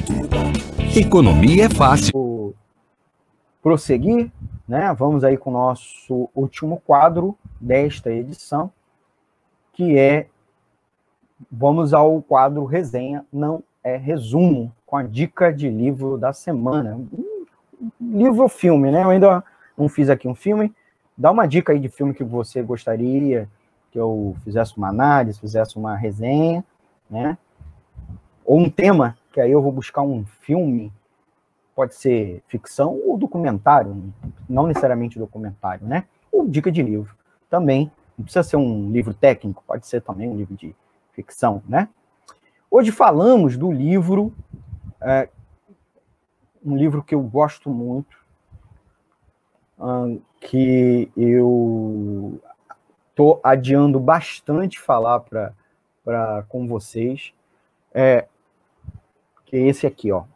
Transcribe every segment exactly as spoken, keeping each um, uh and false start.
Economia é fácil. Vou prosseguir, né? Vamos aí com o nosso último quadro desta edição, que é, vamos ao quadro resenha, não é resumo, com a dica de livro da semana. Um livro ou filme, né? Eu ainda não fiz aqui um filme. Dá uma dica aí de filme que você gostaria que eu fizesse uma análise, fizesse uma resenha, né? Ou um tema, que aí eu vou buscar um filme, pode ser ficção ou documentário, não necessariamente documentário, né? Ou dica de livro também. Não precisa ser um livro técnico, pode ser também um livro de ficção, né? Hoje falamos do livro, é, um livro que eu gosto muito, um, que eu estou adiando bastante falar para para com vocês, é, que é esse aqui, ó.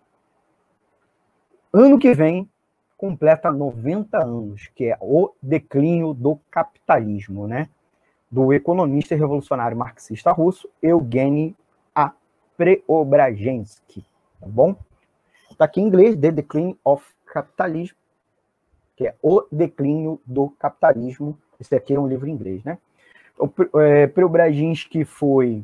Ano que vem completa noventa anos, que é O Declínio do Capitalismo, né? Do economista e revolucionário marxista russo Evgeny A. Preobrazhensky, tá bom? Está aqui em inglês, The Decline of Capitalism, que é O Declínio do Capitalismo. Esse aqui é um livro em inglês, né? O é, Preobrazhensky foi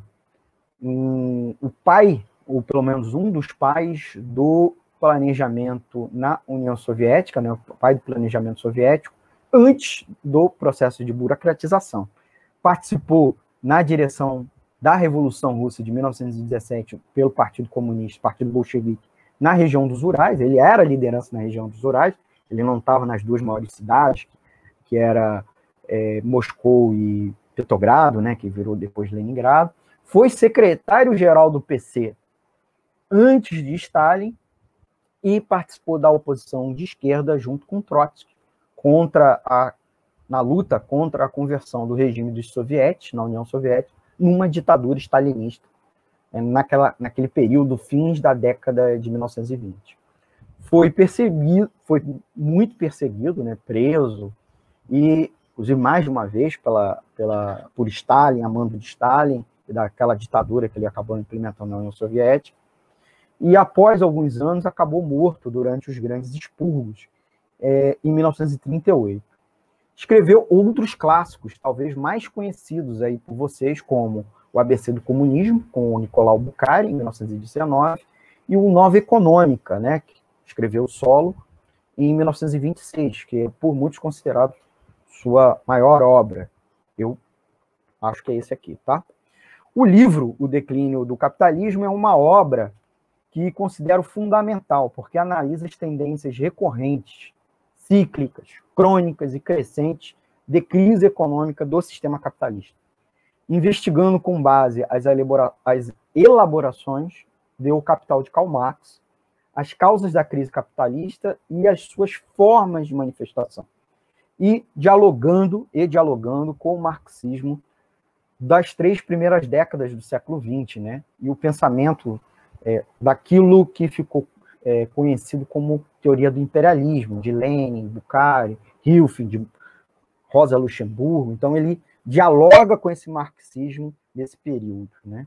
um, o pai, ou pelo menos um dos pais, do planejamento na União Soviética, né? O pai do planejamento soviético, antes do processo de burocratização. Participou na direção da Revolução Russa de mil novecentos e dezessete pelo Partido Comunista, Partido Bolchevique, na região dos Urais. Ele era liderança na região dos Urais, ele não estava nas duas maiores cidades, que era é, Moscou e Petrogrado, né, que virou depois Leningrado. Foi secretário-geral do P C antes de Stalin e participou da oposição de esquerda junto com Trotsky contra a, na luta contra a conversão do regime dos sovietes, na União Soviética, numa ditadura stalinista, naquela, naquele período, fins da década de mil novecentos e vinte. Foi perseguido, foi muito perseguido, né, preso, e, inclusive, mais de uma vez pela, pela, por Stalin, a mando de Stalin, e daquela ditadura que ele acabou implementando na União Soviética. E, após alguns anos, acabou morto durante os grandes expurgos, é, em mil novecentos e trinta e oito. Escreveu outros clássicos, talvez mais conhecidos aí por vocês, como O A B C do Comunismo, com o Nicolau Bucari, em mil novecentos e dezenove, e o Nova Econômica, né, que escreveu solo, em mil novecentos e vinte e seis, que é por muitos considerado sua maior obra. Eu acho que é esse aqui, tá? O livro O Declínio do Capitalismo é uma obra que considero fundamental, porque analisa as tendências recorrentes, cíclicas, crônicas e crescentes de crise econômica do sistema capitalista, investigando com base as, elabora as elaborações do Capital de Karl Marx, as causas da crise capitalista e as suas formas de manifestação, e dialogando e dialogando com o marxismo das três primeiras décadas do século vinte, né? E o pensamento é, daquilo que ficou é, conhecido como teoria do imperialismo, de Lenin, Bucari, Hilfing, de Rosa Luxemburgo. Então, ele dialoga com esse marxismo desse período, né?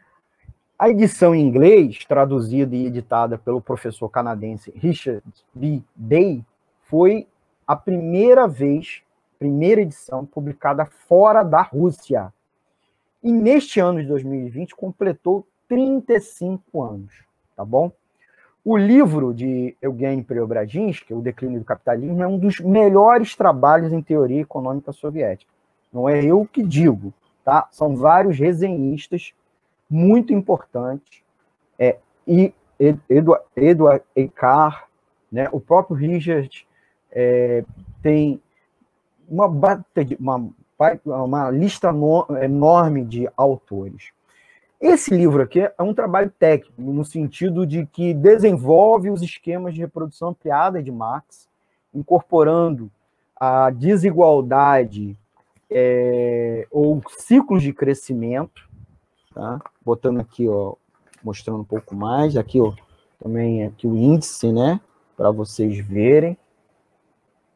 A edição em inglês, traduzida e editada pelo professor canadense Richard B. Day, foi a primeira vez, primeira edição publicada fora da Rússia. E neste ano de dois mil e vinte completou trinta e cinco anos, tá bom? O livro de Evgeny Preobrazhensky, O Declínio do Capitalismo, é um dos melhores trabalhos em teoria econômica soviética. Não é eu que digo, tá? São vários resenhistas muito importantes, é, e Edward, Edward Eickhart, né? O próprio Richard é, tem uma, uma, uma lista no, enorme de autores. Esse livro aqui é um trabalho técnico, no sentido de que desenvolve os esquemas de reprodução ampliada de Marx, incorporando a desigualdade é, ou ciclos de crescimento, tá? Botando aqui, ó, mostrando um pouco mais, aqui, ó, também aqui o índice, né, para vocês verem.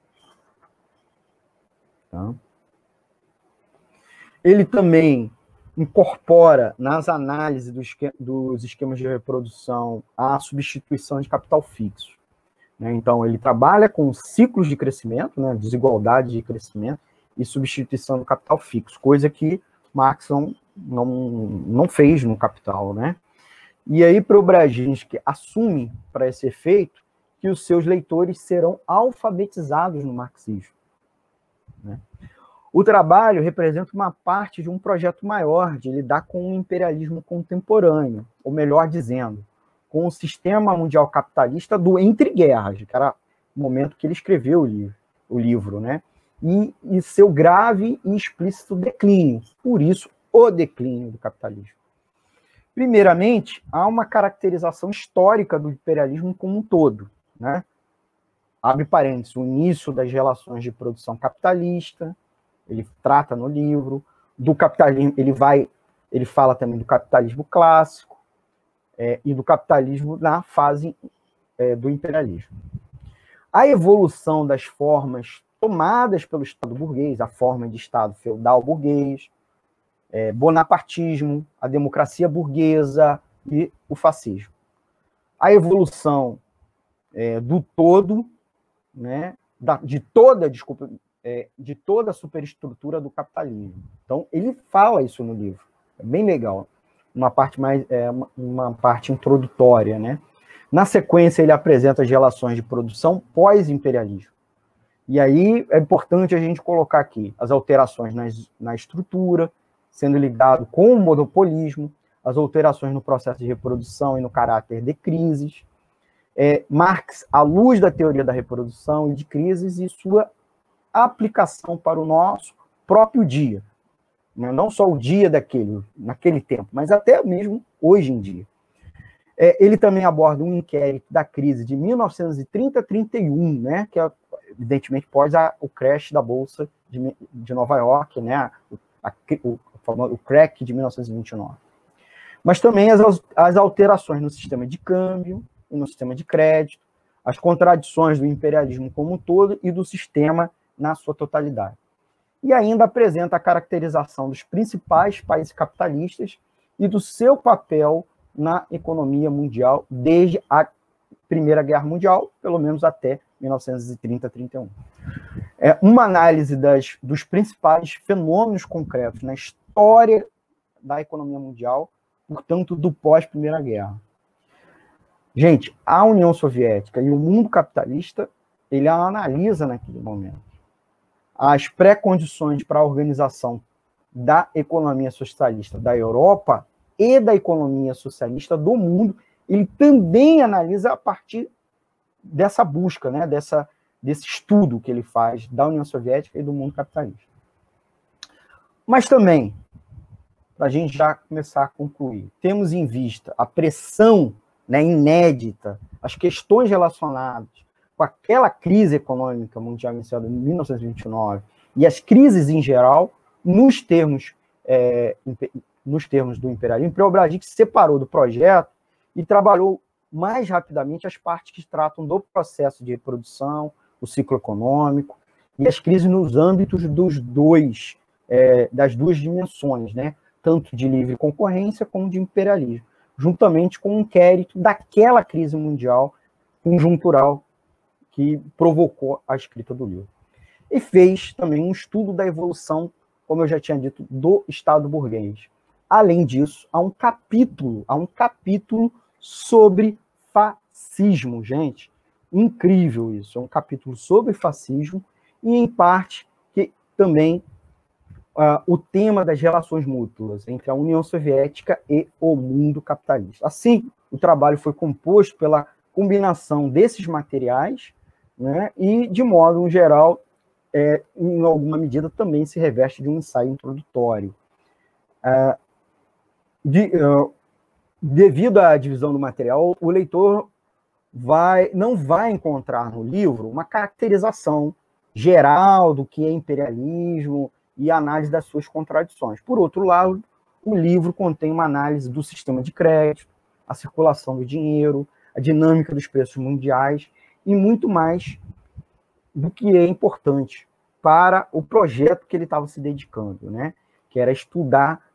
Tá? Ele também incorpora nas análises dos esquemas de reprodução a substituição de capital fixo. Então, ele trabalha com ciclos de crescimento, né, desigualdade de crescimento e substituição do capital fixo, coisa que Marx não, não, não fez no Capital, né? E aí, para o Brzezinski assume, para esse efeito, que os seus leitores serão alfabetizados no marxismo, né? O trabalho representa uma parte de um projeto maior de lidar com o imperialismo contemporâneo, ou melhor dizendo, com o sistema mundial capitalista do entre guerras, que era o momento que ele escreveu o livro, o livro, né? E, e seu grave e explícito declínio, por isso o declínio do capitalismo. Primeiramente, há uma caracterização histórica do imperialismo como um todo, né? Abre parênteses, o início das relações de produção capitalista, ele trata no livro, do capitalismo, ele vai, ele fala também do capitalismo clássico, é, e do capitalismo na fase é, do imperialismo. A evolução das formas tomadas pelo Estado burguês, a forma de Estado feudal burguês, é, bonapartismo, a democracia burguesa e o fascismo. A evolução é, do todo, né, da, de toda, desculpa, é, de toda a superestrutura do capitalismo. Então, ele fala isso no livro. É bem legal. Uma parte mais, é, uma, uma parte introdutória, né? Na sequência, ele apresenta as relações de produção pós-imperialismo. E aí é importante a gente colocar aqui as alterações nas, na estrutura, sendo ligado com o monopolismo, as alterações no processo de reprodução e no caráter de crises. É, Marx, à luz da teoria da reprodução e de crises, e sua aplicação para o nosso próprio dia. Não só o dia daquele, naquele tempo, mas até mesmo hoje em dia. É, ele também aborda um inquérito da crise de mil novecentos e trinta a trinta e um, né, que é, evidentemente, pós a, o crash da Bolsa de, de Nova York, né, a, o, o crack de mil novecentos e vinte e nove. Mas também as, as alterações no sistema de câmbio e no sistema de crédito, as contradições do imperialismo como um todo e do sistema na sua totalidade. E ainda apresenta a caracterização dos principais países capitalistas e do seu papel na economia mundial desde a Primeira Guerra Mundial, pelo menos até mil novecentos e trinta a trinta e um. É uma análise das, dos principais fenômenos concretos na história da economia mundial, portanto, do pós-Primeira Guerra. Gente, a União Soviética e o mundo capitalista, ele analisa naquele momento as pré-condições para a organização da economia socialista da Europa e da economia socialista do mundo. Ele também analisa a partir dessa busca, né, dessa, desse estudo que ele faz da União Soviética e do mundo capitalista. Mas também, para a gente já começar a concluir, temos em vista a pressão, né, inédita, as questões relacionadas com aquela crise econômica mundial iniciada em mil novecentos e vinte e nove e as crises em geral, nos termos, é, nos termos do imperialismo, Preobrazhensky se separou do projeto e trabalhou mais rapidamente as partes que tratam do processo de reprodução, o ciclo econômico e as crises nos âmbitos dos dois, é, das duas dimensões, né? Tanto de livre concorrência como de imperialismo, juntamente com o inquérito daquela crise mundial conjuntural que provocou a escrita do livro. E fez também um estudo da evolução, como eu já tinha dito, do Estado burguês. Além disso, há um capítulo, há um capítulo sobre fascismo, gente. Incrível isso. É um capítulo sobre fascismo e, em parte, que também uh, o tema das relações mútuas entre a União Soviética e o mundo capitalista. Assim, o trabalho foi composto pela combinação desses materiais, né, e, de modo geral, é, em alguma medida, também se reveste de um ensaio introdutório. Uh, de, uh, devido à divisão do material, o leitor vai, não vai encontrar no livro uma caracterização geral do que é imperialismo e análise das suas contradições. Por outro lado, o livro contém uma análise do sistema de crédito, a circulação do dinheiro, a dinâmica dos preços mundiais e muito mais do que é importante para o projeto que ele estava se dedicando, né? Que era estudar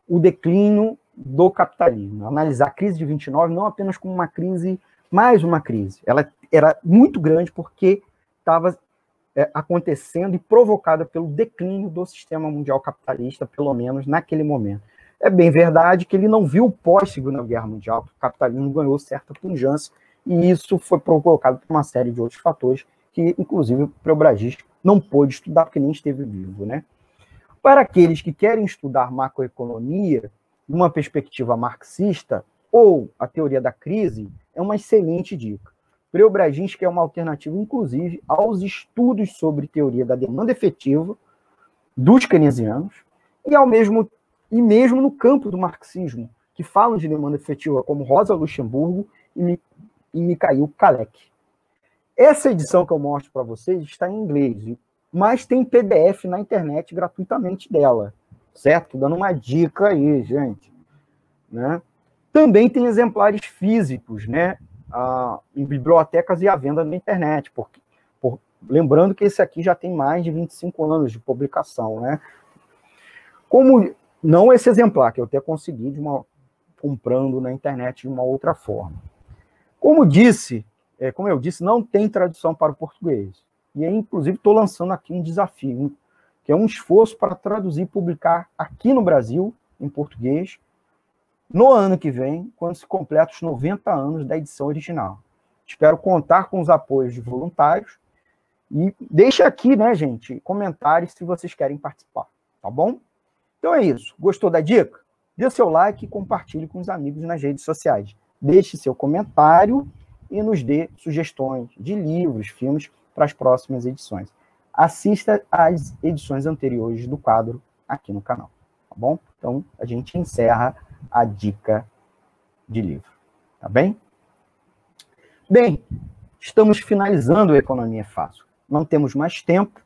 o declínio do capitalismo. Analisar a crise de vinte e nove não apenas como uma crise, mais uma crise. Ela era muito grande porque estava é, acontecendo e provocada pelo declínio do sistema mundial capitalista, pelo menos naquele momento. É bem verdade que ele não viu pós-Segunda Guerra Mundial, que o capitalismo ganhou certa pungência, e isso foi provocado por uma série de outros fatores que, inclusive, o Preobrazis não pôde estudar porque nem esteve vivo, né? Para aqueles que querem estudar macroeconomia, numa perspectiva marxista, ou a teoria da crise, é uma excelente dica. Preobrazins é uma alternativa, inclusive, aos estudos sobre teoria da demanda efetiva dos keynesianos, e, ao mesmo, e mesmo no campo do marxismo, que falam de demanda efetiva, como Rosa Luxemburgo e, e Mikhail Kalec. Essa edição que eu mostro para vocês está em inglês, mas tem P D F na internet gratuitamente dela, certo? Dando uma dica aí, gente. Né? Também tem exemplares físicos, né? Ah, em bibliotecas e à venda na internet, porque, por, lembrando que esse aqui já tem mais de vinte e cinco anos de publicação, né? Como, não esse exemplar, que eu até consegui de uma, comprando na internet de uma outra forma. Como disse, é, como eu disse, não tem tradução para o português. E aí, inclusive, estou lançando aqui um desafio, que é um esforço para traduzir e publicar aqui no Brasil, em português, no ano que vem, quando se completa os noventa anos da edição original. Espero contar com os apoios de voluntários. E deixa aqui, né, gente, comentários se vocês querem participar, tá bom? Então é isso. Gostou da dica? Dê seu like e compartilhe com os amigos nas redes sociais. Deixe seu comentário e nos dê sugestões de livros, filmes para as próximas edições. Assista às edições anteriores do quadro aqui no canal, tá bom? Então, a gente encerra a dica de livro, tá bem? Bem, estamos finalizando a Economia Fácil. Não temos mais tempo,